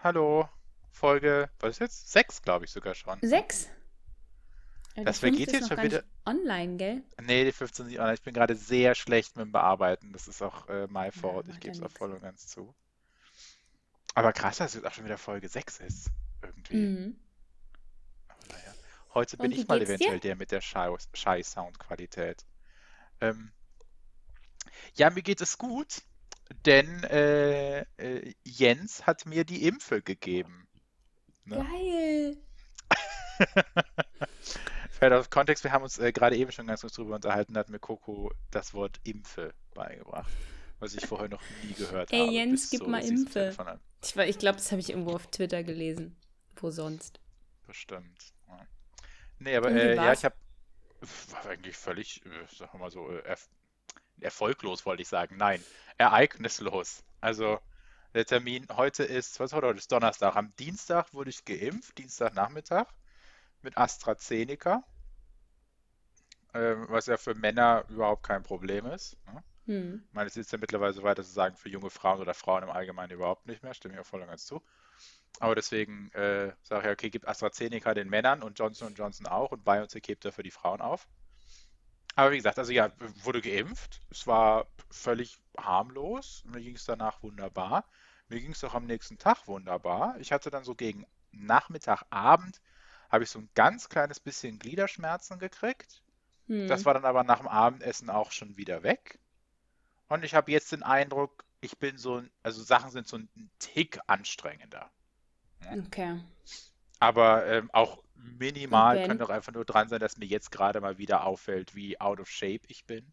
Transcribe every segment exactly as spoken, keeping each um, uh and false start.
hallo. Folge, was ist jetzt? Sechs, glaube ich sogar schon. Ne? Sechs? Ja, die Das fünfte vergeht ist jetzt noch schon gar wieder. nicht online, gell? Nee, die fünfzehn nicht online. Ich bin gerade sehr schlecht mit dem Bearbeiten. Das ist auch äh, my Ja, fault. Ich macht gebe ja es auch nichts. voll und ganz zu. Aber krass, dass es jetzt auch schon wieder Folge sechs ist. Irgendwie. Mhm. Aber naja. Heute bin Und wie ich mal geht's dir? eventuell der mit der Schei- Schei-Soundqualität. Ähm, ja, mir geht es gut, denn äh, äh, Jens hat mir die Impfe gegeben. Ne? Geil. Vielleicht aus Kontext, wir haben uns äh, gerade eben schon ganz kurz drüber unterhalten, hat mir Coco das Wort Impfe beigebracht, was ich vorher noch nie gehört Ey, habe, Jens, bis gib zu mal diesem Impfe. Telefonat. Ich, ich glaube, das habe ich irgendwo auf Twitter gelesen. Wo sonst? Bestimmt. Ja. Nee, aber Und wie äh, ja, ich war's? habe war eigentlich völlig, äh, sagen wir mal so, äh, erf erfolglos, wollte ich sagen. Nein, ereignislos. Also der Termin heute ist, was ist heute? Heute ist Donnerstag. Am Dienstag wurde ich geimpft, Dienstagnachmittag mit AstraZeneca, äh, was ja für Männer überhaupt kein Problem ist. Ne? Hm. Ich meine, es ist ja mittlerweile so weit, dass sie sagen, für junge Frauen oder Frauen im Allgemeinen überhaupt nicht mehr. Stimme ich auch voll und ganz zu. Aber deswegen äh, sage ich, okay, gibt AstraZeneca den Männern und Johnson und Johnson auch und BioNTech hebt dafür die Frauen auf. Aber wie gesagt, also ja, wurde geimpft. Es war völlig harmlos. Mir ging es danach wunderbar. Mir ging es auch am nächsten Tag wunderbar. Ich hatte dann so gegen Nachmittag, Abend, habe ich so ein ganz kleines bisschen Gliederschmerzen gekriegt. Das Hm. war dann aber nach dem Abendessen auch schon wieder weg. Und ich habe jetzt den Eindruck, ich bin so, ein- also Sachen sind so ein Tick anstrengender. Ne? Okay. Aber ähm, auch Und minimal könnte Ben? auch einfach nur dran sein, dass mir jetzt gerade mal wieder auffällt, wie out of shape ich bin.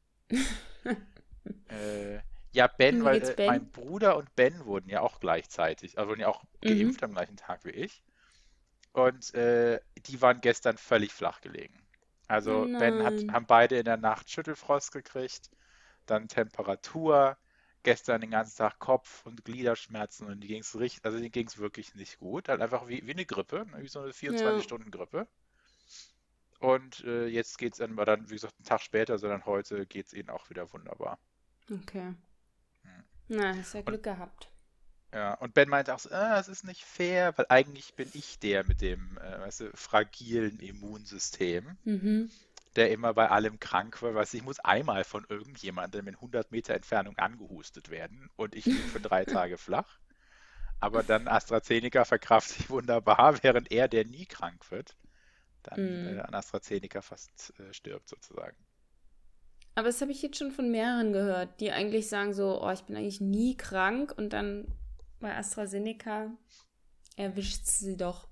Äh, ja, Und Ben, wie weil geht's äh, mein Ben? Bruder und Ben wurden ja auch gleichzeitig, also wurden ja auch Mhm. geimpft am gleichen Tag wie ich. Und äh, die waren gestern völlig flach gelegen. Oh Also Ben hat, nein. haben beide in der Nacht Schüttelfrost gekriegt, dann Temperatur, gestern den ganzen Tag Kopf- und Gliederschmerzen und die ging es richtig, also denen ging es wirklich nicht gut. Halt einfach wie, wie eine Grippe, ne, wie so eine Ja, vierundzwanzig-Stunden-Grippe. Und äh, jetzt geht es dann, dann, wie gesagt, einen Tag später, sondern heute geht es ihnen auch wieder wunderbar. okay. Hm. Na, hast ja Und, Glück gehabt. ja, und Ben meinte auch so, ah, es ist nicht fair, weil eigentlich bin ich der mit dem, äh, weißt du, fragilen Immunsystem, Mhm. der immer bei allem krank war. Weißt du, ich muss einmal von irgendjemandem in hundert Meter Entfernung angehustet werden und ich liege für drei Tage flach. Aber dann AstraZeneca verkrafte ich wunderbar, während er, der nie krank wird, dann äh, Mhm. an AstraZeneca fast äh, stirbt sozusagen. Aber das habe ich jetzt schon von mehreren gehört, die eigentlich sagen so, oh, ich bin eigentlich nie krank und dann bei AstraZeneca erwischt sie doch.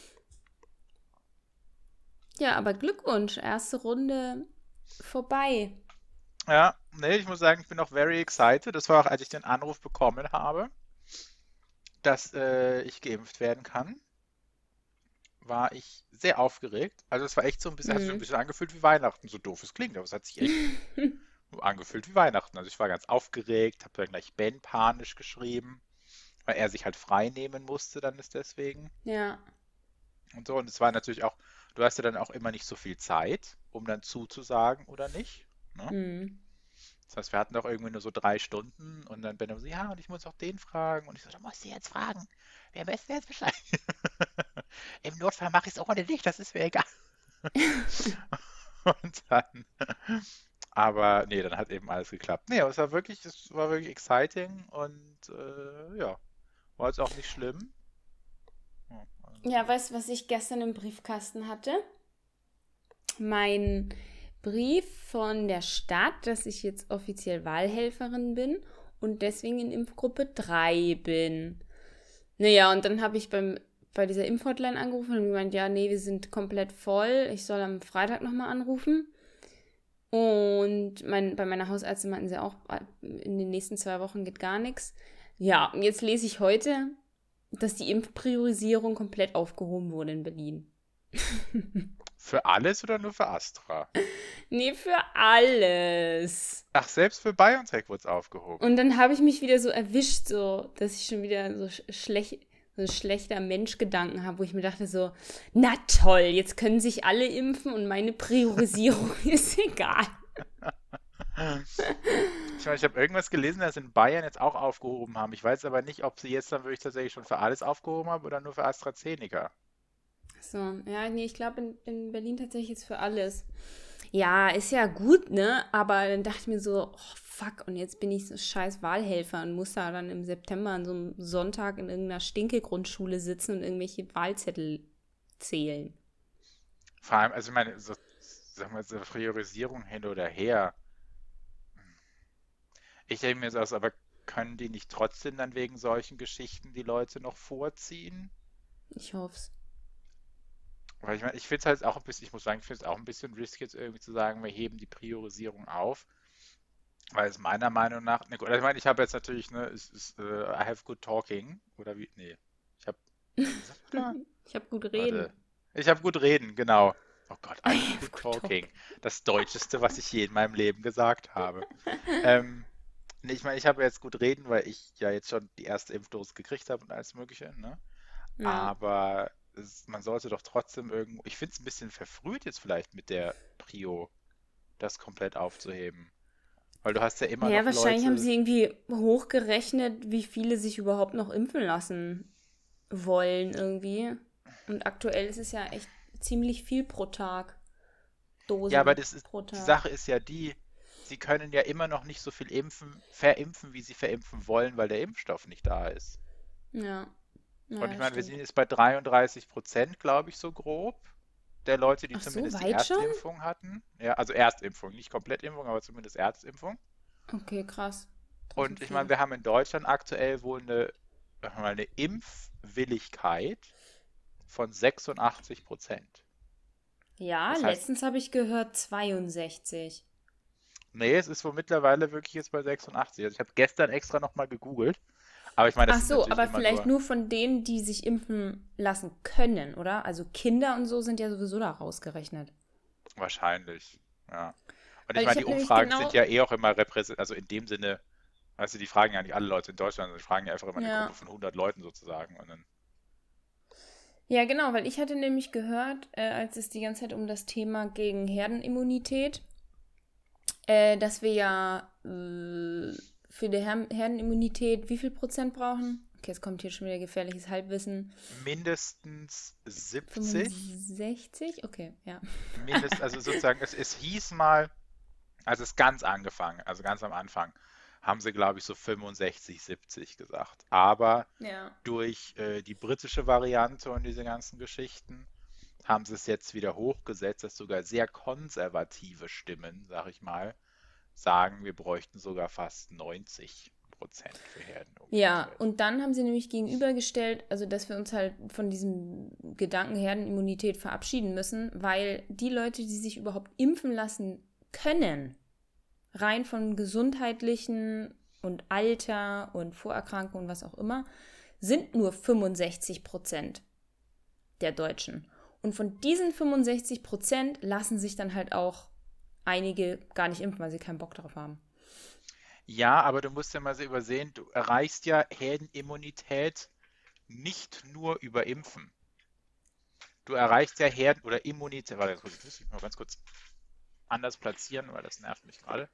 Ja, aber Glückwunsch, erste Runde vorbei. Ja, nee, ich muss sagen, ich bin auch very excited. Das war auch, als ich den Anruf bekommen habe, dass äh, ich geimpft werden kann, war ich sehr aufgeregt. Also es war echt so ein bisschen, hat sich so ein Hm. bisschen angefühlt wie Weihnachten, so doof es klingt, aber es hat sich echt angefühlt wie Weihnachten. Also ich war ganz aufgeregt, habe dann gleich Ben panisch geschrieben, weil er sich halt frei nehmen musste, dann ist deswegen. Ja. Und so. Und es war natürlich auch, du hast ja dann auch immer nicht so viel Zeit, um dann zuzusagen oder nicht. Ne? Hm. Das heißt, wir hatten doch irgendwie nur so drei Stunden und dann Ben so, ja, und ich muss auch den fragen. Und ich so, da musst du jetzt fragen. Wer weiß jetzt Bescheid? Im Notfall mache ich es auch ohne dich, das ist mir egal. Und dann, aber nee, dann hat eben alles geklappt. Nee, aber es war wirklich, es war wirklich exciting und äh, ja, war jetzt auch nicht schlimm. Ja, Ja, also, weißt du, was ich gestern im Briefkasten hatte? Mein Brief von der Stadt, dass ich jetzt offiziell Wahlhelferin bin und deswegen in Impfgruppe drei bin. Naja, und dann habe ich beim, bei dieser Impfhotline angerufen und gemeint, ja, nee, wir sind komplett voll. Ich soll am Freitag nochmal anrufen. Und mein, bei meiner Hausärztin meinten sie auch, in den nächsten zwei Wochen geht gar nichts. Ja, und jetzt lese ich heute, dass die Impfpriorisierung komplett aufgehoben wurde in Berlin. für alles oder nur für Astra? Nee, für alles. Ach, selbst für BioNTech wurde es aufgehoben. Und dann habe ich mich wieder so erwischt, so, dass ich schon wieder so schlecht, so ein schlechter Menschgedanken habe, wo ich mir dachte so, na toll, jetzt können sich alle impfen und meine Priorisierung ist egal. Ich meine, ich habe irgendwas gelesen, dass sie in Bayern jetzt auch aufgehoben haben. Ich weiß aber nicht, ob sie jetzt dann wirklich tatsächlich schon für alles aufgehoben haben oder nur für AstraZeneca. So, ja, nee, ich glaube in, in Berlin tatsächlich ist für alles. Ja, ist ja gut, ne? Aber dann dachte ich mir so, oh fuck, und jetzt bin ich so scheiß Wahlhelfer und muss da dann im September an so einem Sonntag in irgendeiner Stinke-Grundschule sitzen und irgendwelche Wahlzettel zählen. Vor allem, also ich meine, so, sagen wir so Priorisierung hin oder her. Ich denke mir so aus, aber können die nicht trotzdem dann wegen solchen Geschichten die Leute noch vorziehen? Ich hoff's. Weil ich meine, ich finde es halt auch ein bisschen, ich muss sagen, ich finde es auch ein bisschen risky, jetzt irgendwie zu sagen, wir heben die Priorisierung auf, weil es meiner Meinung nach, ne, gut, also ich meine, ich habe jetzt natürlich, ne, es ist, äh, I have good talking, oder wie, nee, ich habe, nee, wie sagt man da? Ich habe gut Warte, reden. ich habe gut reden, genau. Oh Gott, I have good Gut talking. talk. Das Deutscheste, was ich je in meinem Leben gesagt habe. Ähm, nee, ich meine, ich habe jetzt gut reden, weil ich ja jetzt schon die erste Impfdosis gekriegt habe und alles Mögliche, ne? Ja. Aber es, man sollte doch trotzdem irgendwo, ich finde es ein bisschen verfrüht jetzt vielleicht mit der Prio, das komplett aufzuheben. Weil du hast ja immer Naja, noch wahrscheinlich haben Leute, sie irgendwie hochgerechnet, wie viele sich überhaupt noch impfen lassen wollen irgendwie. Und aktuell ist es ja echt ziemlich viel pro Tag. ja, aber Dosen das ist, pro die Tag. Sache ist ja die, sie können ja immer noch nicht so viel impfen, verimpfen, wie sie verimpfen wollen, weil der Impfstoff nicht da ist. Ja, Und naja, ich das meine, wir sind stimmt. jetzt bei dreiunddreißig Prozent, glaube ich, so grob, der Leute, die Ach so, zumindest die weit schon? Erstimpfung hatten. Ja, also Erstimpfung, nicht Komplettimpfung, aber zumindest Erstimpfung. Okay, krass. Trotzdem Und ich meine, viel. wir haben in Deutschland aktuell wohl eine, sagen wir mal, eine Impfwilligkeit von sechsundachtzig Prozent. Ja, Das heißt, letztens habe ich gehört zweiundsechzig. nee, es ist wohl mittlerweile wirklich jetzt bei sechsundachtzig. Also ich habe gestern extra nochmal gegoogelt, aber ich meine, das Ach sind so, natürlich aber immer vielleicht nur nur von denen, die sich impfen lassen können, oder? Also Kinder und so sind ja sowieso da rausgerechnet. wahrscheinlich, ja. Und ich Weil ich meine, die habe nämlich Umfragen sind genau, ja eh auch immer repräsentativ, also in dem Sinne, weißt du, die fragen ja nicht alle Leute in Deutschland, sondern die fragen ja einfach immer eine Gruppe ja, von hundert Leuten sozusagen. Und dann, ja genau, weil ich hatte nämlich gehört, äh, als es die ganze Zeit um das Thema gegen Herdenimmunität, äh, dass wir ja äh, für die Her Herdenimmunität wie viel Prozent brauchen? Okay, jetzt kommt hier schon wieder gefährliches Halbwissen. mindestens siebzig, fünfundsechzig? Okay, ja. mindest, also sozusagen, es, es hieß mal, als es ganz angefangen, also ganz am Anfang, haben sie, glaube ich, so fünfundsechzig, siebzig gesagt. Aber Ja. durch äh, die britische Variante und diese ganzen Geschichten haben sie es jetzt wieder hochgesetzt, dass sogar sehr konservative Stimmen, sag ich mal, sagen, wir bräuchten sogar fast neunzig Prozent für Ja, Herdenimmunität. und dann haben sie nämlich gegenübergestellt, also dass wir uns halt von diesem Gedanken Herdenimmunität verabschieden müssen, weil die Leute, die sich überhaupt impfen lassen können, rein von gesundheitlichen und Alter und Vorerkrankungen, was auch immer, sind nur fünfundsechzig Prozent der Deutschen. Und von diesen fünfundsechzig Prozent lassen sich dann halt auch einige gar nicht impfen, weil sie keinen Bock darauf haben. Ja, aber du musst ja mal so übersehen, du erreichst ja Herdenimmunität nicht nur über Impfen. Du erreichst ja Herden- oder Immunität. Warte, ganz kurz, ich muss mich mal ganz kurz anders platzieren, weil das nervt mich gerade.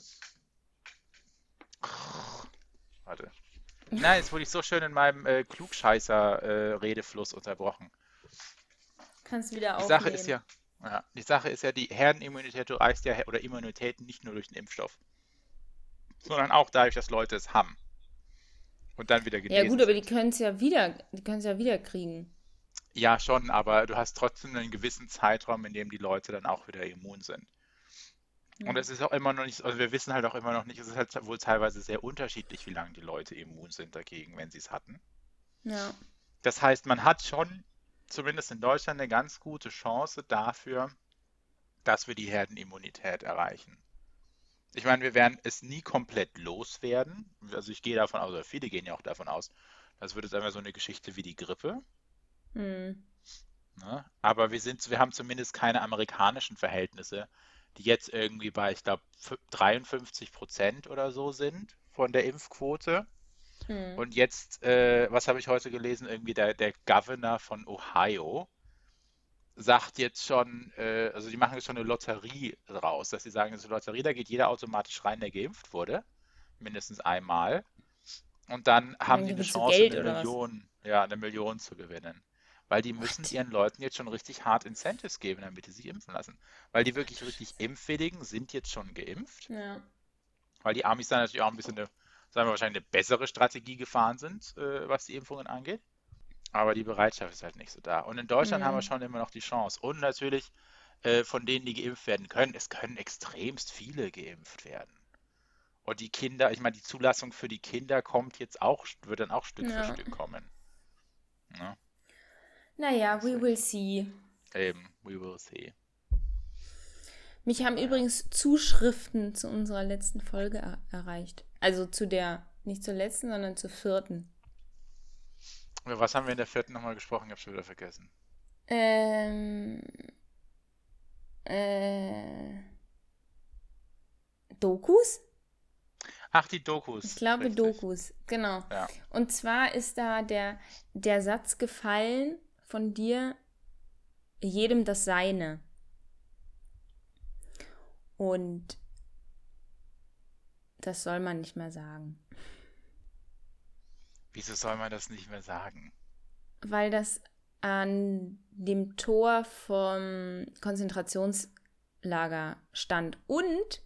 Warte. Nein, jetzt wurde ich so schön in meinem äh, Klugscheißer-Redefluss unterbrochen. Kannst du wieder Die Sache ist aufnehmen. ja, ja, die Sache ist ja, die Herdenimmunität, du erreichst ja oder Immunität nicht nur durch den Impfstoff, sondern auch dadurch, dass Leute es haben und dann wieder Ja gut, genesen aber die sind. können es ja wieder, die können es ja wieder kriegen. Ja, schon, aber du hast trotzdem einen gewissen Zeitraum, in dem die Leute dann auch wieder immun sind. Und Hm. es ist auch immer noch nicht, also wir wissen halt auch immer noch nicht, es ist halt wohl teilweise sehr unterschiedlich, wie lange die Leute immun sind dagegen, wenn sie es hatten. Ja. Das heißt, man hat schon, zumindest in Deutschland, eine ganz gute Chance dafür, dass wir die Herdenimmunität erreichen. Ich meine, wir werden es nie komplett loswerden. Also ich gehe davon aus, oder viele gehen ja auch davon aus, das wird jetzt einmal so eine Geschichte wie die Grippe. Hm. Ne? Aber wir sind, wir haben zumindest keine amerikanischen Verhältnisse, die jetzt irgendwie bei, ich glaube, dreiundfünfzig Prozent oder so sind von der Impfquote. Hm. Und jetzt, äh, was habe ich heute gelesen? Irgendwie der, der Governor von Ohio sagt jetzt schon, äh, also die machen jetzt schon eine Lotterie draus, dass sie sagen, das ist eine Lotterie, da geht jeder automatisch rein, der geimpft wurde, mindestens einmal. Und dann Und haben dann die eine gewinnst du Chance, Geld eine oder was? Million, ja, eine Million zu gewinnen. Weil die müssen What? ihren Leuten jetzt schon richtig hart Incentives geben, damit die sich impfen lassen. Weil die Ach wirklich du richtig Scheiße. Impfwilligen sind jetzt schon geimpft. Ja. Weil die Amis dann natürlich auch ein bisschen eine, sagen wir wahrscheinlich eine bessere Strategie gefahren sind, äh, was die Impfungen angeht. Aber die Bereitschaft ist halt nicht so da. Und in Deutschland haben wir Hm. schon immer noch die Chance. Und natürlich äh, von denen, die geimpft werden können, es können extremst viele geimpft werden. Und die Kinder, ich meine, die Zulassung für die Kinder kommt jetzt auch, wird dann auch Stück für Ja. Stück kommen. Ne? Naja, we will Deswegen. see. Eben, we will see. Mich haben Naja. übrigens Zuschriften zu unserer letzten Folge er erreicht. Also zu der, nicht zur letzten, sondern zur vierten. Über was haben wir in der vierten nochmal gesprochen? Ich habe schon wieder vergessen. Ähm, äh, Dokus? Ach, die Ich Dokus, glaube richtig. Dokus, genau. Ja. Und zwar ist da der, der Satz gefallen von dir, jedem das Seine. Und das soll man nicht mehr sagen. Wieso soll man das nicht mehr sagen? Weil das an dem Tor vom Konzentrationslager stand. Und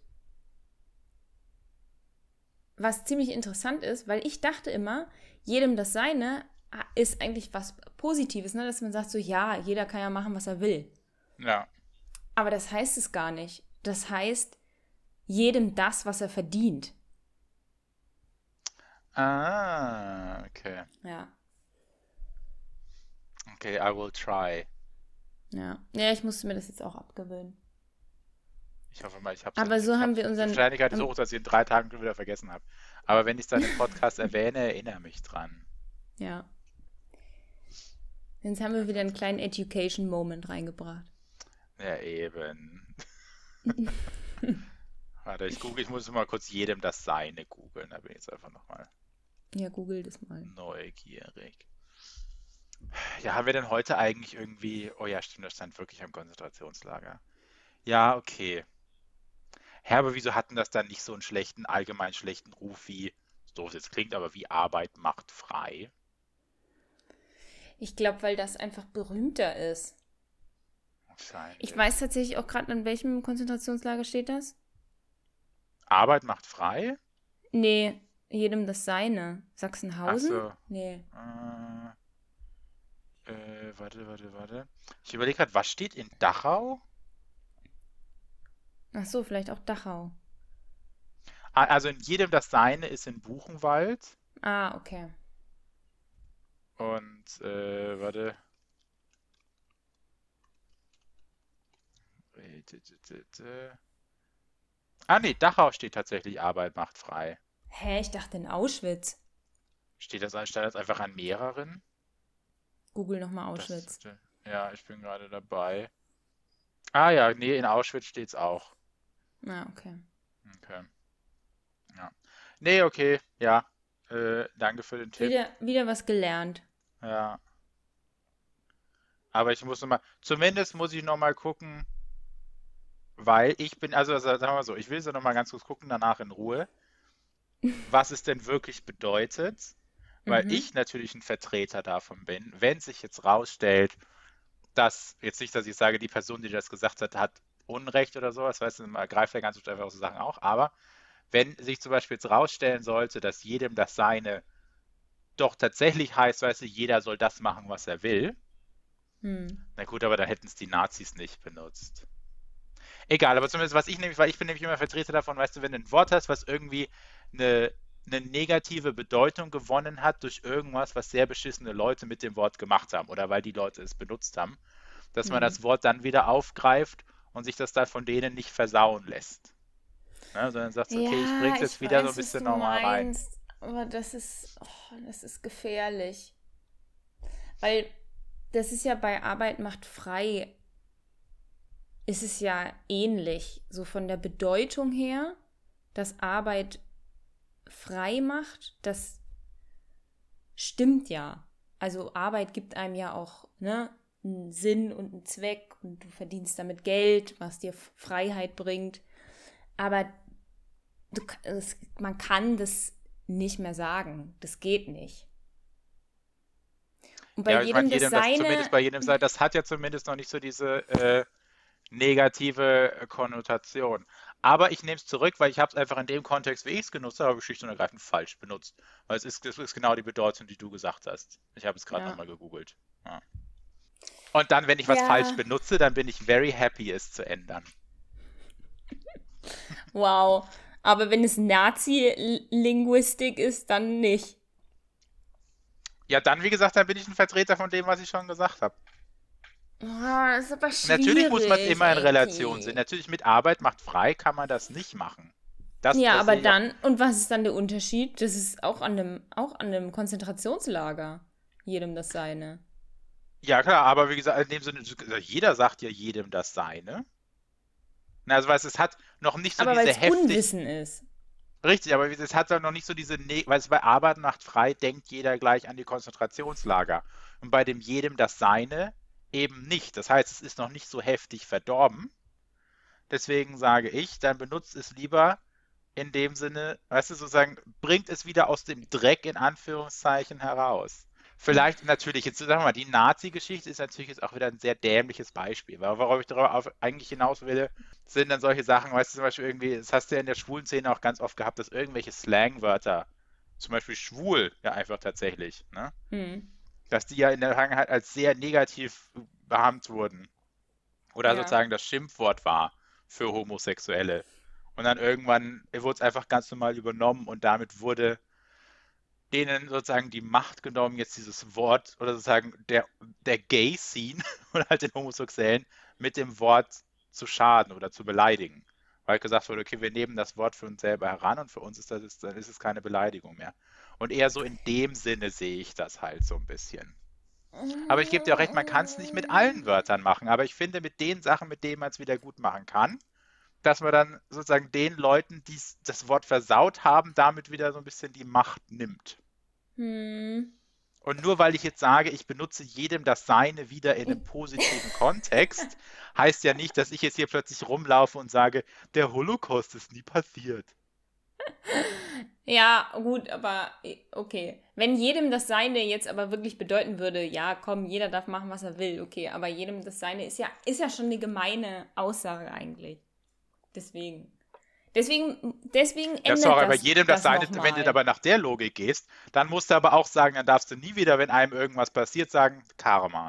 was ziemlich interessant ist, weil ich dachte immer, jedem das Seine ist eigentlich was Positives, ne? Dass man sagt so, ja, jeder kann ja machen, was er will. Ja. Aber das heißt es gar nicht. Das heißt, jedem das, was er verdient. Ah, okay. Ja, Okay, I will try. ja. Ja, ich musste mir das jetzt auch abgewöhnen. Ich hoffe mal, ich habe Aber es. so Ich habe haben wir die unseren. Wahrscheinlichkeit ist Ähm, hoch, dass ich in drei Tagen schon wieder vergessen habe. Aber wenn ich es dann im Podcast erwähne, erinnere mich dran. ja. Jetzt haben wir wieder einen kleinen Education-Moment reingebracht. Ja, eben. Warte, ich google, ich muss mal kurz jedem das Seine googeln. Da bin ich jetzt einfach nochmal Ja, google das mal. neugierig. Ja, haben wir denn heute eigentlich irgendwie. Oh ja, stimmt, das stand wirklich am Konzentrationslager. Ja, okay. Hä, aber wieso hatten das dann nicht so einen schlechten, allgemein schlechten Ruf wie, so doof es jetzt klingt, aber wie Arbeit macht frei? Ich glaube, weil das einfach berühmter ist. Ich weiß Wahrscheinlich. tatsächlich auch gerade, an welchem Konzentrationslager steht das? Arbeit macht frei? Nee, jedem das Seine. Ach Sachsenhausen? so. Nee. Äh, äh, warte, warte, warte. Ich überlege gerade, was steht in Dachau? Ach so, vielleicht auch Dachau. Ah, also in jedem das Seine ist in Buchenwald. Ah, okay. Und, äh, warte. Äh, t- t- t- t- Ah, nee, Dachau steht tatsächlich Arbeit macht frei. Hä, ich dachte in Auschwitz. Steht das, steht das einfach an mehreren? Google nochmal Das, Auschwitz. ja, ich bin gerade dabei. Ah ja, nee, in Auschwitz steht's auch. Ah, okay. Okay, ja. Nee, okay, ja. Äh, danke für den Tipp. Wieder, wieder was gelernt. Ja. Aber ich muss noch mal, zumindest muss ich noch mal gucken, weil ich bin, also sagen wir mal so, ich will so noch mal ganz kurz gucken, danach in Ruhe, was es denn wirklich bedeutet, weil Mhm. ich natürlich ein Vertreter davon bin, wenn sich jetzt rausstellt, dass, jetzt nicht, dass ich sage, die Person, die das gesagt hat, hat Unrecht oder sowas, weißt du, man greift ja ganz oft einfach so Sachen auch, aber wenn sich zum Beispiel jetzt rausstellen sollte, dass jedem das Seine doch tatsächlich heißt, weißt du, jeder soll das machen, was er will, Hm. na gut, aber da hätten es die Nazis nicht benutzt. Egal, aber zumindest was ich nämlich, weil ich bin nämlich immer Vertreter davon, weißt du, wenn du ein Wort hast, was irgendwie eine, eine negative Bedeutung gewonnen hat durch irgendwas, was sehr beschissene Leute mit dem Wort gemacht haben oder weil die Leute es benutzt haben, dass man Hm. das Wort dann wieder aufgreift und sich das dann von denen nicht versauen lässt. Ne? Sondern sagt, okay, ich bringe Ja, es jetzt ich wieder so ein weiß, was bisschen du normal rein. meinst. Aber das ist, oh, das ist gefährlich. Weil das ist ja bei Arbeit macht frei, ist es ja ähnlich. So von der Bedeutung her, dass Arbeit frei macht, das stimmt ja. Also Arbeit gibt einem ja auch, ne, einen Sinn und einen Zweck und du verdienst damit Geld, was dir Freiheit bringt. Aber du, es, man kann das nicht mehr sagen. Das geht nicht. Und bei Ja, ich meine, jedem das jedem das, seine. zumindest bei jedem sein, das hat ja zumindest noch nicht so diese äh, negative Konnotation. Aber ich nehme es zurück, weil ich habe es einfach in dem Kontext, wie ich es genutzt habe, schlicht und ergreifend falsch benutzt. Weil es ist, es ist genau die Bedeutung, die du gesagt hast. Ich habe es gerade Ja. nochmal gegoogelt. Ja. Und dann, wenn ich was falsch Ja. benutze, dann bin ich very happy, es zu ändern. Wow. Aber wenn es Nazi-Linguistik ist, dann nicht. Ja, dann, wie gesagt, dann bin ich ein Vertreter von dem, was ich schon gesagt habe. Ah, das ist aber Natürlich muss man es schwierig, immer in Relation sehen. Enki. Natürlich mit Arbeit macht frei kann man das nicht machen. Das, Ja, das aber sehe ich auch. dann, und was ist dann der Unterschied? Das ist auch an einem, auch an einem Konzentrationslager. Jedem das seine. Ja, klar, aber wie gesagt, in dem Sinne, jeder sagt ja jedem das Seine. Na, also, weißt, du, es hat noch nicht so Aber weil diese es heftig, Unwissen ist. richtig, aber es hat dann noch nicht so diese, ne weil es bei Arbeit macht frei, denkt jeder gleich an die Konzentrationslager. Und bei dem jedem das Seine eben nicht. Das heißt, es ist noch nicht so heftig verdorben. Deswegen sage ich, dann benutzt es lieber in dem Sinne, weißt du, sozusagen, bringt es wieder aus dem Dreck in Anführungszeichen heraus. Vielleicht natürlich, jetzt sagen wir mal, die Nazi-Geschichte ist natürlich jetzt auch wieder ein sehr dämliches Beispiel, weil worauf ich darauf eigentlich hinaus will, sind dann solche Sachen, weißt du, zum Beispiel irgendwie, das hast du ja in der schwulen Szene auch ganz oft gehabt, dass irgendwelche Slangwörter, zum Beispiel schwul, ja einfach tatsächlich, ne, Hm. dass die ja in der Vergangenheit als sehr negativ behandelt wurden oder Ja. sozusagen das Schimpfwort war für Homosexuelle. Und dann irgendwann wurde es einfach ganz normal übernommen und damit wurde denen sozusagen die Macht genommen, jetzt dieses Wort oder sozusagen der, der Gay-Scene oder halt den Homosexuellen mit dem Wort zu schaden oder zu beleidigen. Weil gesagt wurde, okay, wir nehmen das Wort für uns selber heran und für uns ist das, dann ist es keine Beleidigung mehr. Und eher so in dem Sinne sehe ich das halt so ein bisschen. Aber ich gebe dir auch recht, man kann es nicht mit allen Wörtern machen, aber ich finde mit den Sachen, mit denen man es wieder gut machen kann, dass man dann sozusagen den Leuten, die das Wort versaut haben, damit wieder so ein bisschen die Macht nimmt. Hm. Und nur weil ich jetzt sage, ich benutze jedem das Seine wieder in einem positiven Kontext, heißt ja nicht, dass ich jetzt hier plötzlich rumlaufe und sage, der Holocaust ist nie passiert. Ja, gut, aber eh, okay. Wenn jedem das Seine jetzt aber wirklich bedeuten würde, ja, komm, jeder darf machen, was er will, okay, aber jedem das Seine ist ja, ist ja schon eine gemeine Aussage eigentlich. Deswegen. Deswegen, deswegen Ja, ändert sorry, bei das jedem das das Seine, wenn du nochmal. aber nach der Logik gehst, dann musst du aber auch sagen, dann darfst du nie wieder, wenn einem irgendwas passiert, sagen, Karma.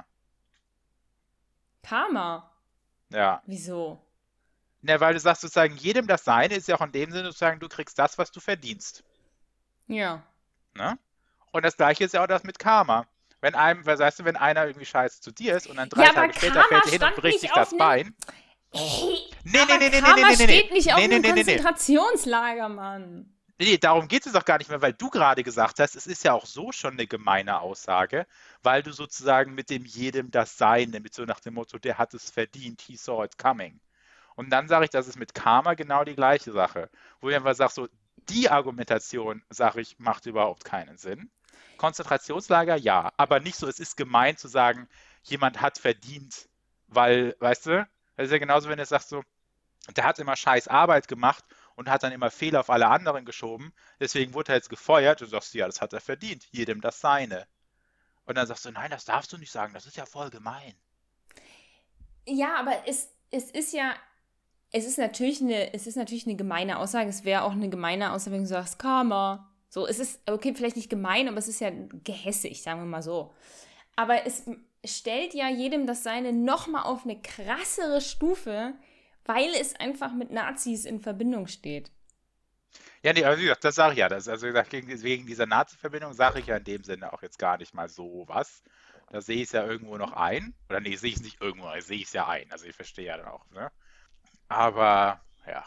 Karma. Ja. Wieso? Na, weil du sagst sozusagen, jedem das Seine ist ja auch in dem Sinne sozusagen, du kriegst das, was du verdienst. Ja. Ne? Und das Gleiche ist ja auch das mit Karma. Wenn einem, was heißt du, wenn einer irgendwie scheiße zu dir ist und dann drei Ja, aber Tage später Karma fällt er hin und stand bricht nicht sich auf das einem. Bein. Nee, nee, Aber nee, nee, nee, nee, Karma nee, nee, steht nicht auf nee, nee, einem nee, nee, nee. Konzentrationslager, Mann. Nee, darum geht es doch gar nicht mehr, weil du gerade gesagt hast, es ist ja auch so schon eine gemeine Aussage, weil du sozusagen mit dem jedem das Seine, mit so nach dem Motto, der hat es verdient, he saw it coming. Und dann sage ich, das ist mit Karma genau die gleiche Sache. Wo ich einfach sage, so, die Argumentation, sage ich, macht überhaupt keinen Sinn. Konzentrationslager, ja, aber nicht so, es ist gemein zu sagen, jemand hat verdient, weil, weißt du, das ist ja genauso, wenn du sagst so, der hat immer scheiß Arbeit gemacht und hat dann immer Fehler auf alle anderen geschoben, deswegen wurde er jetzt gefeuert und du sagst, ja, das hat er verdient, jedem das Seine. Und dann sagst du, nein, das darfst du nicht sagen, das ist ja voll gemein. Ja, aber es, es ist ja, es ist natürlich eine, es ist natürlich eine gemeine Aussage. Es wäre auch eine gemeine Aussage, wenn du sagst, Karma. So, es ist, okay, vielleicht nicht gemein, aber es ist ja gehässig, sagen wir mal so. Aber es stellt ja jedem das Seine nochmal auf eine krassere Stufe, weil es einfach mit Nazis in Verbindung steht. Ja, nee, aber wie gesagt, das sage ich ja. Das, also wie gesagt, gegen, wegen dieser Nazi-Verbindung sage ich ja in dem Sinne auch jetzt gar nicht mal so was. Da sehe ich es ja irgendwo noch ein. Oder nee, sehe ich es nicht irgendwo, ich sehe ich es ja ein. Also ich verstehe ja dann auch, ne? Aber ja.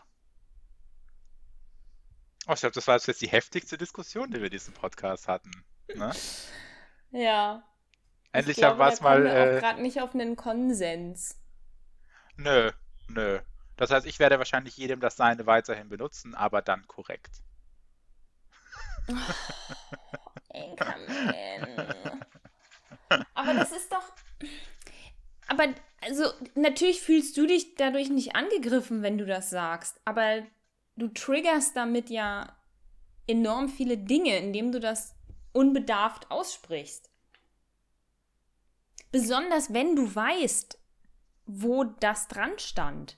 Oh, ich glaube, das war jetzt die heftigste Diskussion, die wir in diesem Podcast hatten. Ne? Ja, ich Endlich haben glaube, wir da es kommen mal. wir auch Äh, gerade nicht auf einen Konsens. nö, nö. Das heißt, ich werde wahrscheinlich jedem das Seine weiterhin benutzen, aber dann korrekt. Enkermann. Aber das ist doch. aber also natürlich fühlst du dich dadurch nicht angegriffen, wenn du das sagst, aber du triggerst damit ja enorm viele Dinge, indem du das unbedarft aussprichst. Besonders wenn du weißt, wo das dran stand.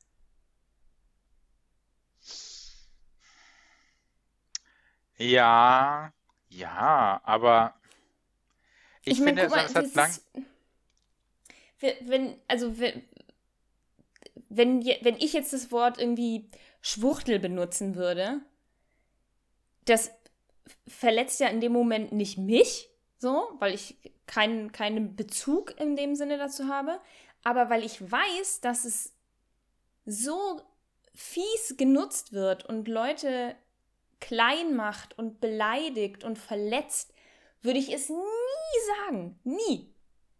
Ja, ja, aber ich Ich meine, finde, guck es mal, es das hat lang. ist, wenn, also wenn, wenn, je- wenn ich jetzt das Wort irgendwie Schwuchtel benutzen würde, das verletzt ja in dem Moment nicht mich, so, weil ich keinen keinen Bezug in dem Sinne dazu habe, aber weil ich weiß, dass es so fies genutzt wird und Leute klein macht und beleidigt und verletzt, würde ich es nie sagen. Nie.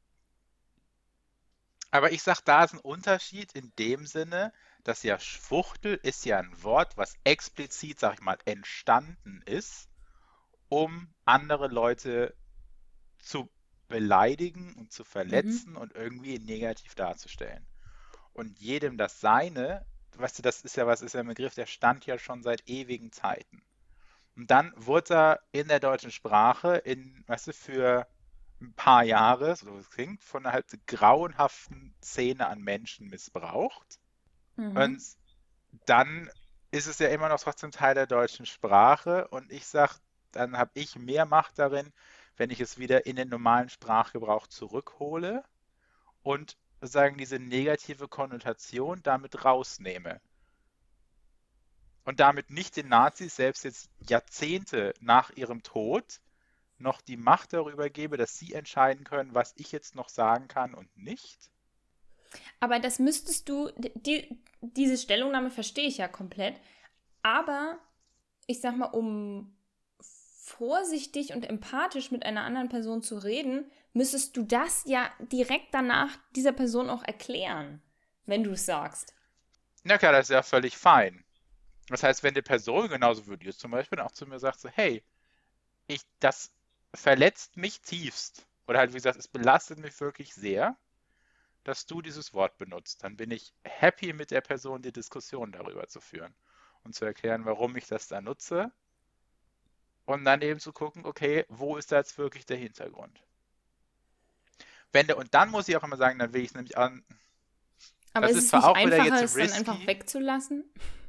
Aber ich sag, da ist ein Unterschied in dem Sinne, dass ja Schwuchtel ist ja ein Wort, was explizit, sag ich mal, entstanden ist, um andere Leute zu beleidigen und zu Mhm. verletzen und irgendwie negativ darzustellen. Und jedem das Seine, weißt du, das ist ja was, ist ja ein Begriff, der stand ja schon seit ewigen Zeiten. Und dann wurde er in der deutschen Sprache in, weißt du, für ein paar Jahre, so es klingt, von einer halt grauenhaften Szene an Menschen missbraucht. Und Mhm. dann ist es ja immer noch trotzdem Teil der deutschen Sprache. Und ich sag, dann habe ich mehr Macht darin, wenn ich es wieder in den normalen Sprachgebrauch zurückhole und sozusagen diese negative Konnotation damit rausnehme. Und damit nicht den Nazis selbst jetzt Jahrzehnte nach ihrem Tod noch die Macht darüber gebe, dass sie entscheiden können, was ich jetzt noch sagen kann und nicht. Aber das müsstest du, die, diese Stellungnahme verstehe ich ja komplett, aber ich sag mal, um vorsichtig und empathisch mit einer anderen Person zu reden, müsstest du das ja direkt danach dieser Person auch erklären, wenn du es sagst. Na klar, das ist ja völlig fein. Das heißt, wenn die Person genauso wie du zum Beispiel auch zu mir sagt, so, hey, ich, das verletzt mich tiefst. Oder halt, wie gesagt, es belastet mich wirklich sehr, dass du dieses Wort benutzt. Dann bin ich happy mit der Person, die Diskussion darüber zu führen und zu erklären, warum ich das da nutze. Und dann eben zu gucken, okay, wo ist da jetzt wirklich der Hintergrund? Wenn der, und dann muss ich auch immer sagen, dann will ich es nämlich an. Aber Das ist ist es zwar nicht auch wieder einfacher, jetzt es dann einfach risky, wegzulassen?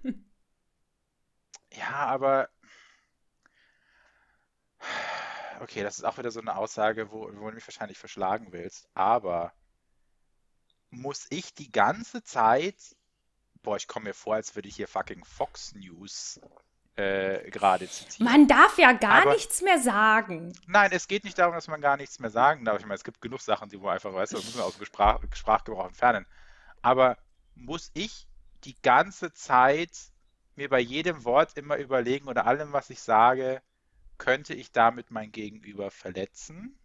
ja, aber okay, das ist auch wieder so eine Aussage, wo, wo du mich wahrscheinlich verschlagen willst. Aber muss ich die ganze Zeit, boah, ich komme mir vor, als würde ich hier fucking Fox News äh, gerade Man zitieren. darf ja gar Aber nichts mehr sagen. nein, es geht nicht darum, dass man gar nichts mehr sagen darf. Ich meine, es gibt genug Sachen, die wo einfach, weißt du, müssen wir aus dem Sprach Sprachgebrauch entfernen. Aber muss ich die ganze Zeit mir bei jedem Wort immer überlegen oder allem, was ich sage, könnte ich damit mein Gegenüber verletzen?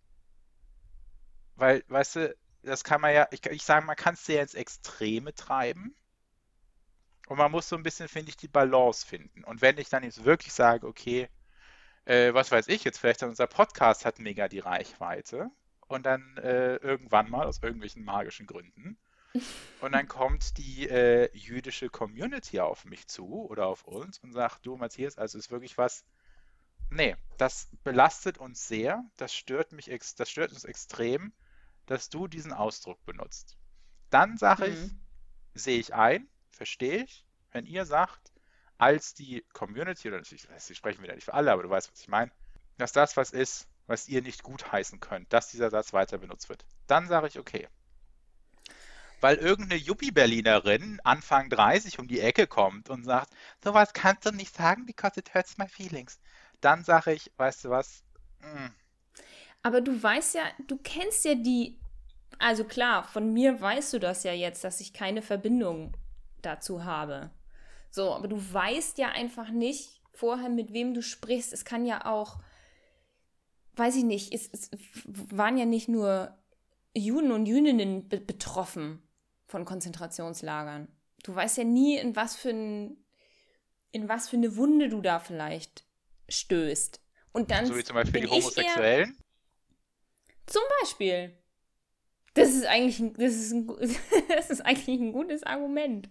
Weil, weißt du, das kann man ja, ich, ich sage, man kann es sehr ins Extreme treiben. Und man muss so ein bisschen, finde ich, die Balance finden. Und wenn ich dann jetzt wirklich sage, okay, äh, was weiß ich, jetzt vielleicht unser Podcast hat mega die Reichweite und dann äh, irgendwann mal aus irgendwelchen magischen Gründen und dann kommt die äh, jüdische Community auf mich zu oder auf uns und sagt, du Matthias, also ist wirklich was, nee, das belastet uns sehr, das stört mich, ex das stört uns extrem, dass du diesen Ausdruck benutzt. Dann sage ich, Hm. sehe ich ein, verstehe ich, wenn ihr sagt, als die Community, oder ich, ich spreche wieder nicht für alle, aber du weißt, was ich meine, dass das was ist, was ihr nicht gutheißen könnt, dass dieser Satz weiter benutzt wird. Dann sage ich, okay. Weil irgendeine Yuppie-Berlinerin Anfang dreißig um die Ecke kommt und sagt, sowas kannst du nicht sagen, because it hurts my feelings. Dann sage ich, weißt du was, mm, Aber du weißt ja, du kennst ja die, also klar, von mir weißt du das ja jetzt, dass ich keine Verbindung dazu habe. So, aber du weißt ja einfach nicht vorher, mit wem du sprichst. Es kann ja auch, weiß ich nicht, es, es waren ja nicht nur Juden und Jüdinnen be betroffen von Konzentrationslagern. Du weißt ja nie, in was für ein, in was für eine Wunde du da vielleicht stößt. Und dann so wie zum Beispiel bin die ich eher Homosexuellen. zum Beispiel. Das ist eigentlich ein, das ist ein, das ist eigentlich ein gutes Argument.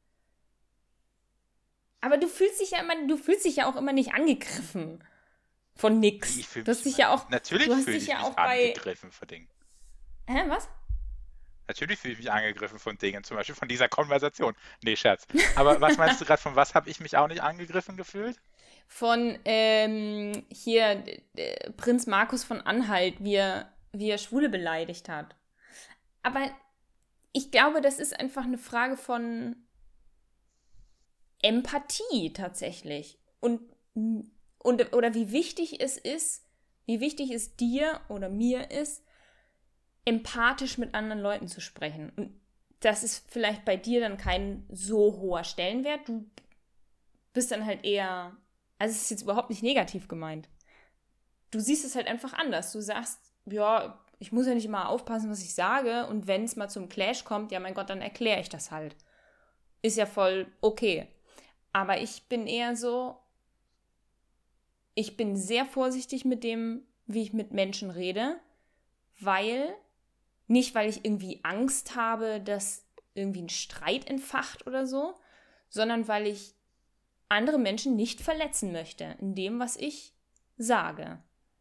Aber du fühlst dich ja immer, du fühlst dich ja auch immer nicht angegriffen von Wie, nix. ich fühle Du hast mich dich immer. ja auch, Natürlich du hast fühle dich ich ja mich auch bei. angegriffen von Dingen. Hä, was? Natürlich fühle ich mich angegriffen von Dingen, zum Beispiel von dieser Konversation. Nee, Scherz. Aber was meinst du gerade, von was habe ich mich auch nicht angegriffen gefühlt? Von ähm, hier äh, Prinz Markus von Anhalt, wie er, wie er Schwule beleidigt hat. Aber ich glaube, das ist einfach eine Frage von Empathie tatsächlich. Und, und oder wie wichtig es ist, wie wichtig es dir oder mir ist, empathisch mit anderen Leuten zu sprechen. Und das ist vielleicht bei dir dann kein so hoher Stellenwert. Du bist dann halt eher, also es ist jetzt überhaupt nicht negativ gemeint. Du siehst es halt einfach anders. Du sagst, ja, ich muss ja nicht immer aufpassen, was ich sage. Und wenn es mal zum Clash kommt, ja mein Gott, dann erkläre ich das halt. Ist ja voll okay. Aber ich bin eher so, ich bin sehr vorsichtig mit dem, wie ich mit Menschen rede, weil, nicht weil ich irgendwie Angst habe, dass irgendwie ein Streit entfacht oder so, sondern weil ich andere Menschen nicht verletzen möchte in dem, was ich sage.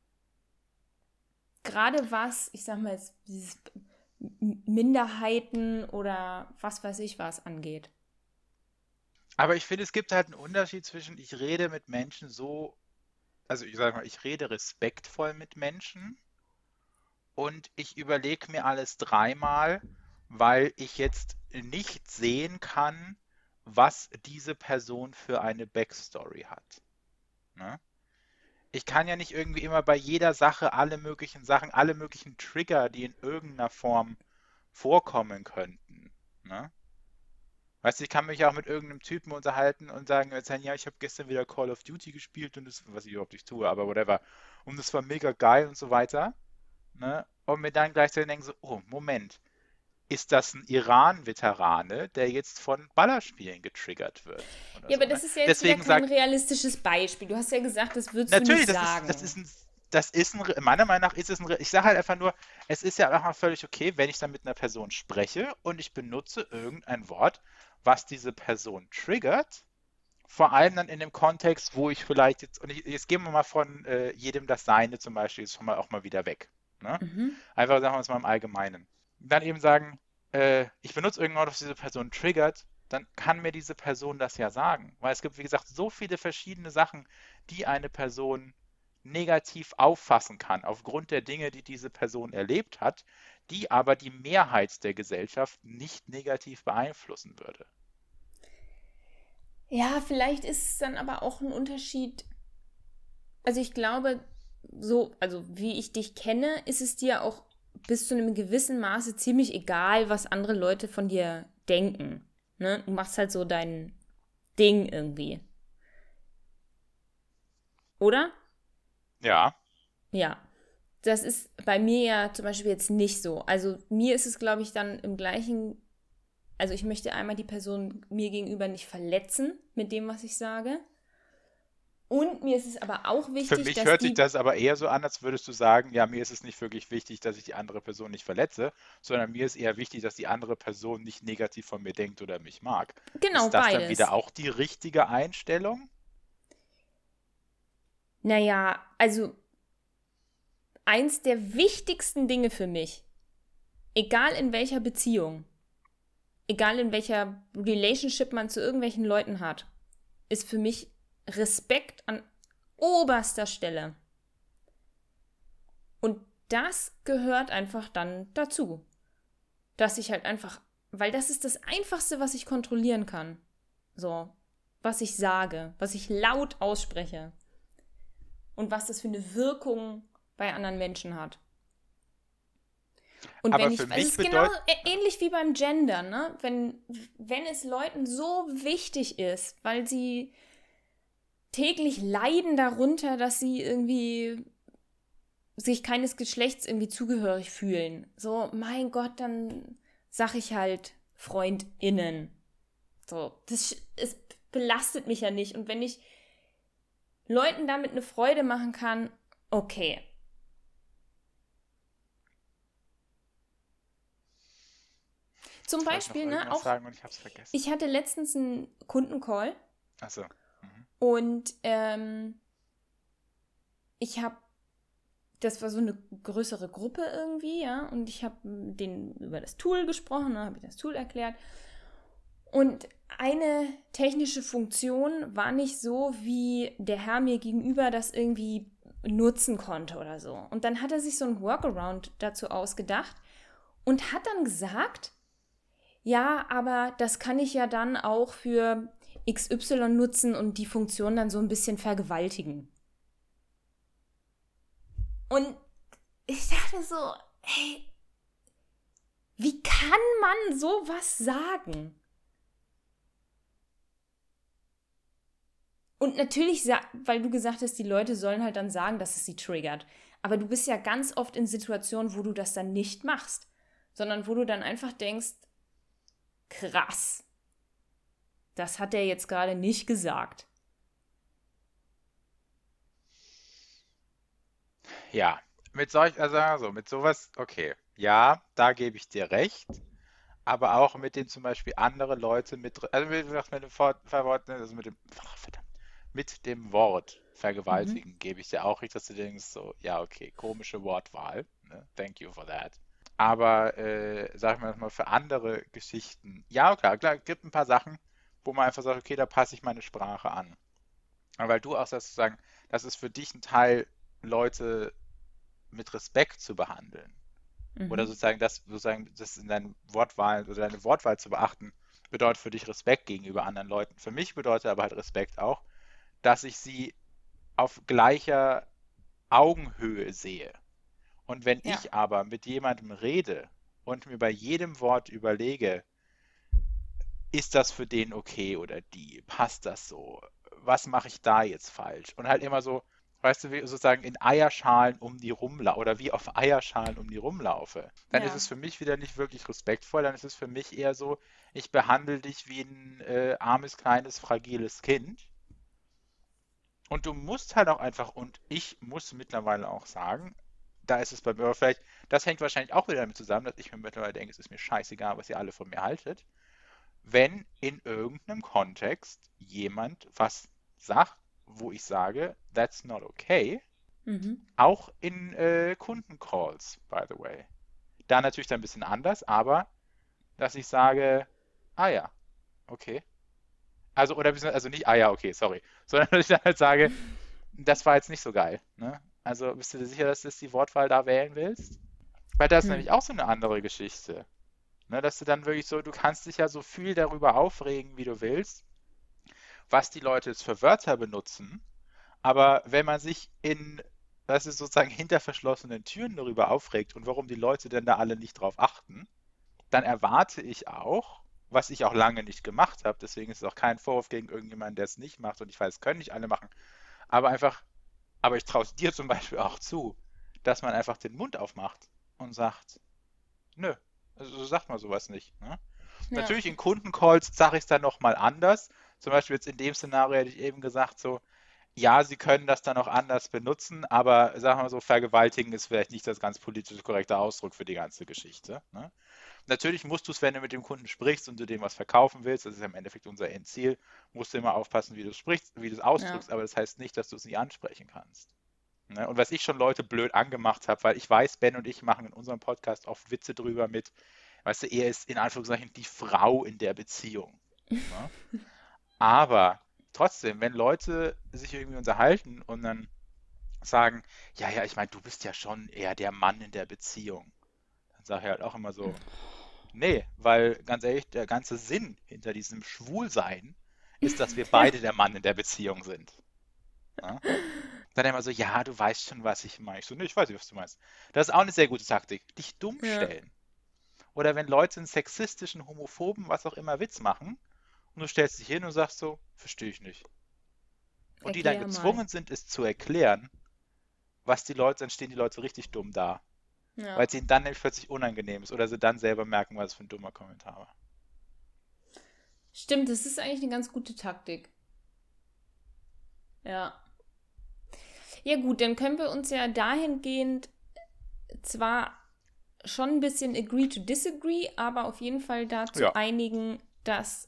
Gerade was, ich sag mal jetzt, dieses Minderheiten oder was weiß ich was angeht. Aber ich finde, es gibt halt einen Unterschied zwischen, ich rede mit Menschen so, also ich sage mal, ich rede respektvoll mit Menschen und ich überlege mir alles dreimal, weil ich jetzt nicht sehen kann, was diese Person für eine Backstory hat. Ne? Ich kann ja nicht irgendwie immer bei jeder Sache alle möglichen Sachen, alle möglichen Trigger, die in irgendeiner Form vorkommen könnten. Ne? Weißt du, ich kann mich auch mit irgendeinem Typen unterhalten und sagen, ja, ich habe gestern wieder Call of Duty gespielt und das, was ich überhaupt nicht tue, aber whatever. Und das war mega geil und so weiter. Ne? Und mir dann gleichzeitig denken so, oh, Moment, ist das ein Iran-Veterane, der jetzt von Ballerspielen getriggert wird oder Ja, aber so, ne? das ist ja jetzt wieder Deswegen kein sagt, realistisches Beispiel. Du hast ja gesagt, das würdest du natürlich, nicht das ist, das ist sagen. ein, das ist ein, meiner Meinung nach ist es ein, ich sage halt einfach nur, es ist ja auch mal völlig okay, wenn ich dann mit einer Person spreche und ich benutze irgendein Wort, was diese Person triggert, vor allem dann in dem Kontext, wo ich vielleicht jetzt, und ich, jetzt gehen wir mal von äh, jedem das Seine zum Beispiel, ist schon mal auch mal wieder weg. Ne? Mhm. Einfach sagen wir es mal im Allgemeinen. Dann eben sagen, äh, ich benutze irgendein Wort, das diese Person triggert, dann kann mir diese Person das ja sagen. Weil es gibt, wie gesagt, so viele verschiedene Sachen, die eine Person negativ auffassen kann, aufgrund der Dinge, die diese Person erlebt hat, die aber die Mehrheit der Gesellschaft nicht negativ beeinflussen würde. Ja, vielleicht ist es dann aber auch ein Unterschied. Also ich glaube, so, also wie ich dich kenne, ist es dir auch bis zu einem gewissen Maße ziemlich egal, was andere Leute von dir denken. Ne? Du machst halt so dein Ding irgendwie. Oder? Ja, Ja. Das ist bei mir ja zum Beispiel jetzt nicht so. Also mir ist es, glaube ich, dann im gleichen, also ich möchte einmal die Person mir gegenüber nicht verletzen mit dem, was ich sage. Und mir ist es aber auch für wichtig, mich dass hört sich die, das aber eher so an, als würdest du sagen, ja, mir ist es nicht wirklich wichtig, dass ich die andere Person nicht verletze, sondern mir ist eher wichtig, dass die andere Person nicht negativ von mir denkt oder mich mag. genau Ist das dann wieder beides. auch die richtige Einstellung? Naja, also eins der wichtigsten Dinge für mich, egal in welcher Beziehung, egal in welcher Relationship man zu irgendwelchen Leuten hat, ist für mich Respekt an oberster Stelle. Und das gehört einfach dann dazu. Dass ich halt einfach, weil das ist das Einfachste, was ich kontrollieren kann. So, was ich sage, was ich laut ausspreche. Und was das für eine Wirkung bei anderen Menschen hat. Und wenn Aber ich, für es mich ist genau bedeutet, ähnlich wie beim Gender, ne? Wenn, wenn es Leuten so wichtig ist, weil sie täglich leiden darunter, dass sie irgendwie sich keines Geschlechts irgendwie zugehörig fühlen. So, mein Gott, dann sag ich halt FreundInnen. So, das es belastet mich ja nicht. Und wenn ich Leuten damit eine Freude machen kann, okay. Zum Jetzt wollte ich noch Beispiel, ne, irgendwas auch, sagen und ich habe es vergessen. ich hatte letztens einen Kundencall Achso. Mhm. und ähm, ich habe, das war so eine größere Gruppe irgendwie, ja, und ich habe denen über das Tool gesprochen, dann habe ich das Tool erklärt. Und eine technische Funktion war nicht so, wie der Herr mir gegenüber das irgendwie nutzen konnte oder so. Und dann hat er sich so ein Workaround dazu ausgedacht und hat dann gesagt, ja, aber das kann ich ja dann auch für X Y nutzen und die Funktion dann so ein bisschen vergewaltigen. Und ich dachte so, hey, wie kann man sowas sagen? Und natürlich, weil du gesagt hast, die Leute sollen halt dann sagen, dass es sie triggert. Aber du bist ja ganz oft in Situationen, wo du das dann nicht machst, sondern wo du dann einfach denkst, krass, das hat er jetzt gerade nicht gesagt. Ja, mit solch, also also mit sowas, okay. Ja, da gebe ich dir recht. Aber auch mit dem zum Beispiel andere Leute mit, also wie gesagt, mit dem Vor Verwort, also mit dem, ach, verdammt, mit dem Wort Mhm. vergewaltigen gebe ich dir auch recht, dass du denkst, so, ja, okay, komische Wortwahl, ne? Thank you for that. Aber, äh, sag ich mal, mal für andere Geschichten, ja, klar, klar, gibt ein paar Sachen, wo man einfach sagt, okay, da passe ich meine Sprache an. Aber weil du auch sagst, sozusagen, das ist für dich ein Teil, Leute mit Respekt zu behandeln. Oder Mhm. sozusagen das, sozusagen das in deinen Wortwahl oder deine Wortwahl zu beachten, bedeutet für dich Respekt gegenüber anderen Leuten. Für mich bedeutet aber halt Respekt auch, dass ich sie auf gleicher Augenhöhe sehe. Und wenn Ja. ich aber mit jemandem rede und mir bei jedem Wort überlege, ist das für den okay oder die? Passt das so? Was mache ich da jetzt falsch? Und halt immer so, weißt du, wie sozusagen in Eierschalen um die rumlaufe oder wie auf Eierschalen um die rumlaufe, dann ist Ja. es für mich wieder nicht wirklich respektvoll, dann ist es für mich eher so, ich behandle dich wie ein äh, armes, kleines, fragiles Kind. Und du musst halt auch einfach, und ich muss mittlerweile auch sagen, da ist es bei mir, aber vielleicht, das hängt wahrscheinlich auch wieder damit zusammen, dass ich mir mittlerweile denke, es ist mir scheißegal, was ihr alle von mir haltet, wenn in irgendeinem Kontext jemand was sagt, wo ich sage, that's not okay, Mhm. auch in äh, Kundencalls, by the way. Da natürlich dann ein bisschen anders, aber dass ich sage, ah ja, okay. Also, oder also nicht, ah ja, okay, sorry, sondern dass ich dann halt sage, das war jetzt nicht so geil. Ne? Also bist du dir sicher, dass du die Wortwahl da wählen willst? Weil das ist Hm. nämlich auch so eine andere Geschichte. Ne? Dass du dann wirklich so, du kannst dich ja so viel darüber aufregen, wie du willst, was die Leute jetzt für Wörter benutzen. Aber wenn man sich in, das ist sozusagen hinter verschlossenen Türen darüber aufregt und warum die Leute denn da alle nicht drauf achten, dann erwarte ich auch, was ich auch lange nicht gemacht habe, deswegen ist es auch kein Vorwurf gegen irgendjemanden, der es nicht macht und ich weiß, es können nicht alle machen, aber einfach, aber ich traue es dir zum Beispiel auch zu, dass man einfach den Mund aufmacht und sagt, nö, also so sagt man sowas nicht. Ne? Ja. Natürlich in Kundencalls sage ich es dann nochmal anders. Zum Beispiel jetzt in dem Szenario hätte ich eben gesagt, so, ja, Sie können das dann auch anders benutzen, aber sagen wir mal so, vergewaltigen ist vielleicht nicht das ganz politisch korrekte Ausdruck für die ganze Geschichte. Ne? Natürlich musst du es, wenn du mit dem Kunden sprichst und du dem was verkaufen willst, das ist ja im Endeffekt unser Endziel, musst du immer aufpassen, wie du es sprichst, wie du es Ja. ausdrückst, aber das heißt nicht, dass du es nicht ansprechen kannst. Ne? Und was ich schon Leute blöd angemacht habe, weil ich weiß, Ben und ich machen in unserem Podcast oft Witze drüber mit, weißt du, er ist in Anführungszeichen die Frau in der Beziehung. Ne? Aber trotzdem, wenn Leute sich irgendwie unterhalten und dann sagen, ja, ja, ich meine, du bist ja schon eher der Mann in der Beziehung, dann sage ich halt auch immer so, nee, weil ganz ehrlich, der ganze Sinn hinter diesem Schwulsein ist, dass wir Ja. beide der Mann in der Beziehung sind. Ne? Dann immer so, ja, du weißt schon, was ich meine. Ich so, nee, ich weiß nicht, was du meinst. Das ist auch eine sehr gute Taktik. Dich dumm Ja. stellen. Oder wenn Leute einen sexistischen, homophoben, was auch immer Witz machen und du stellst dich hin und sagst so, verstehe ich nicht. Und die dann Erklär mal. gezwungen sind, es zu erklären, was die Leute, dann stehen die Leute richtig dumm da. Weil Ja. es ihnen dann nämlich plötzlich unangenehm ist oder sie dann selber merken, was es für ein dummer Kommentar war. Stimmt, das ist eigentlich eine ganz gute Taktik. Ja. Ja gut, dann können wir uns ja dahingehend zwar schon ein bisschen agree to disagree, aber auf jeden Fall dazu Ja. einigen, dass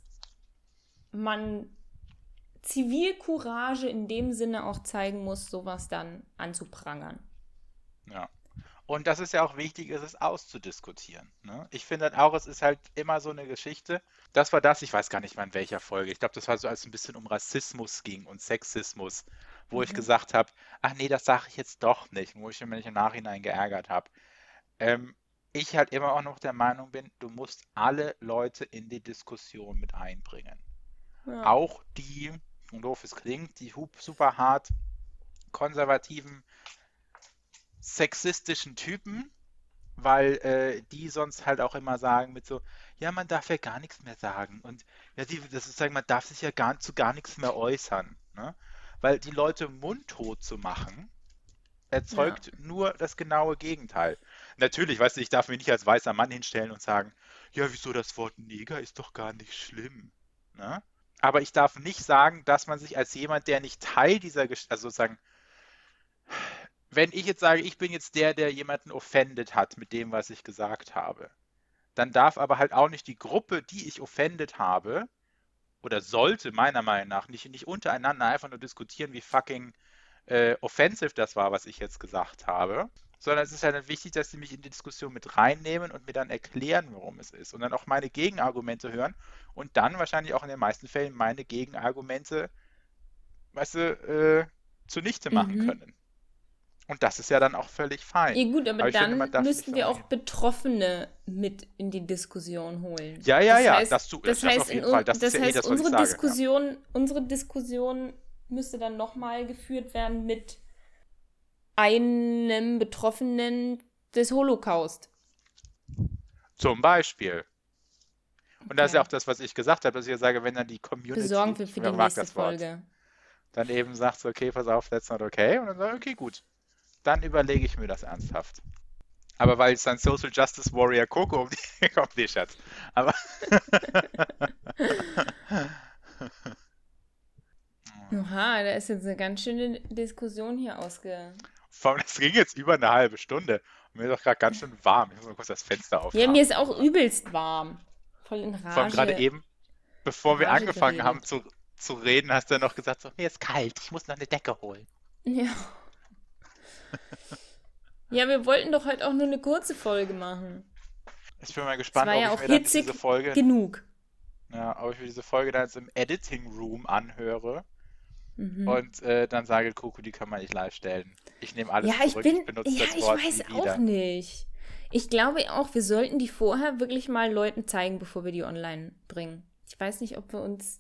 man Zivilcourage in dem Sinne auch zeigen muss, sowas dann anzuprangern. Ja. Und dass es ja auch wichtig ist, es auszudiskutieren. Ne? Ich finde halt auch, es ist halt immer so eine Geschichte. Das war das, ich weiß gar nicht mehr in welcher Folge. Ich glaube, das war so, als es ein bisschen um Rassismus ging und Sexismus, wo ich Mhm. gesagt habe, ach nee, das sage ich jetzt doch nicht, wo ich mich im Nachhinein geärgert habe. Ähm, ich halt immer auch noch der Meinung bin, du musst alle Leute in die Diskussion mit einbringen. Ja. Auch die, so doof es klingt, die hu- super hart konservativen, sexistischen Typen, weil äh, die sonst halt auch immer sagen mit so, ja, man darf ja gar nichts mehr sagen und ja, die, das ist sagen, man darf sich ja gar, zu gar nichts mehr äußern, ne? Weil die Leute mundtot zu machen, Ja. erzeugt nur das genaue Gegenteil. Natürlich, weißt du, ich darf mich nicht als weißer Mann hinstellen und sagen, ja, wieso das Wort Neger ist doch gar nicht schlimm, ne? Aber ich darf nicht sagen, dass man sich als jemand, der nicht Teil dieser, Gesch- also sozusagen, wenn ich jetzt sage, ich bin jetzt der, der jemanden offended hat mit dem, was ich gesagt habe, dann darf aber halt auch nicht die Gruppe, die ich offended habe, oder sollte meiner Meinung nach nicht, nicht untereinander einfach nur diskutieren, wie fucking äh, offensive das war, was ich jetzt gesagt habe, sondern es ist halt wichtig, dass sie mich in die Diskussion mit reinnehmen und mir dann erklären, worum es ist und dann auch meine Gegenargumente hören und dann wahrscheinlich auch in den meisten Fällen meine Gegenargumente, weißt du, äh, zunichte machen Mhm. können. Und das ist ja dann auch völlig Ja fein. gut, aber Aber ich finde, man dann darf nicht müssten so wir auch reingehen. Betroffene mit in die Diskussion holen. Ja, ja, Das ja, heißt, das, tu- das das heißt, auf in, jeden Fall. un- Das ist das ja eh heißt, das, was ich unsere sage. Ja. Diskussion, unsere Diskussion müsste dann nochmal geführt werden mit einem Betroffenen des Holocaust. Zum Beispiel. Und das ist ja Okay. auch das, was ich gesagt habe, dass ich ja sage, wenn dann die Besorgen Community, wir ich für die mag nächste das Wort, Folge. dann eben sagt, so, okay, pass auf, that's not okay. Und dann sage ich, okay, gut. Dann überlege ich mir das ernsthaft. Aber weil es dann Social Justice Warrior Coco um die kommt, nee, Schatz. Aber Oha, da ist jetzt eine ganz schöne Diskussion hier ausge... vor allem, das ging jetzt über eine halbe Stunde. Und mir ist doch gerade ganz schön warm. Ich muss mal kurz das Fenster Ja, mir aufmachen. ist auch übelst warm. Voll in Vor allem gerade Rage, eben, bevor wir Rage angefangen haben geredet. zu, zu reden, hast du ja noch gesagt, so, mir ist kalt, ich muss noch eine Decke holen. Ja. Ja, wir wollten doch heute auch nur eine kurze Folge machen. Ich bin mal Es gespannt, war ob ja ich auch mir dann diese hitzig Folge, genug. ja, ob ich mir diese Folge dann jetzt im Editing Room anhöre Mhm. und äh, dann sage, Kuku, die kann man nicht live stellen. Ich nehme Ja, alles ich zurück, ich bin, benutze ja, das ich Wort nie weiß auch wieder. nicht. Ich glaube auch, wir sollten die vorher wirklich mal Leuten zeigen, bevor wir die online bringen. Ich weiß nicht, ob wir uns.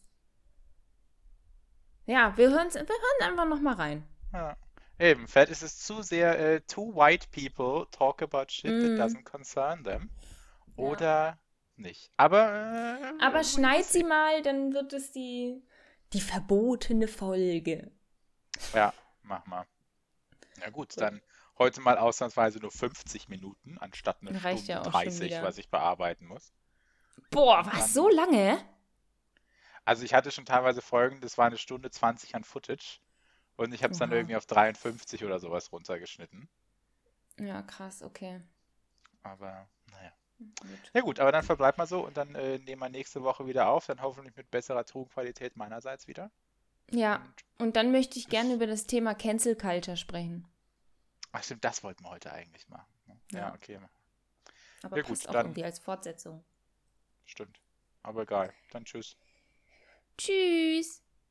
Ja, wir hören wir hören einfach noch mal rein. Ja. Eben, vielleicht ist es zu sehr, äh, two white people talk about shit that Mm, doesn't concern them. ja. Oder nicht. Aber äh, Aber we will schneid sie see. mal, dann wird es die, die verbotene Folge. Ja, mach mal. Ja gut, Gut. dann heute mal ausnahmsweise nur fünfzig Minuten anstatt eine Reicht Stunde ja auch schon dreißig, wieder. was ich bearbeiten muss. Boah, Und was, so dann, lange? also ich hatte schon teilweise Folgen, das war eine Stunde zwanzig an Footage und ich habe es dann Oha. irgendwie auf dreiundfünfzig oder sowas runtergeschnitten. Ja, krass, okay. Aber naja. Gut. Ja gut, aber dann verbleibt mal so und dann äh, nehmen wir nächste Woche wieder auf, dann hoffentlich mit besserer Tonqualität meinerseits wieder. Ja, Und und dann möchte ich gerne bis. über das Thema Cancel Culture sprechen. Ach stimmt, das wollten wir heute eigentlich machen. Ne? Ja, Ja, okay. aber Ja gut, passt auch dann irgendwie als Fortsetzung. stimmt. Aber egal. Dann tschüss. Tschüss!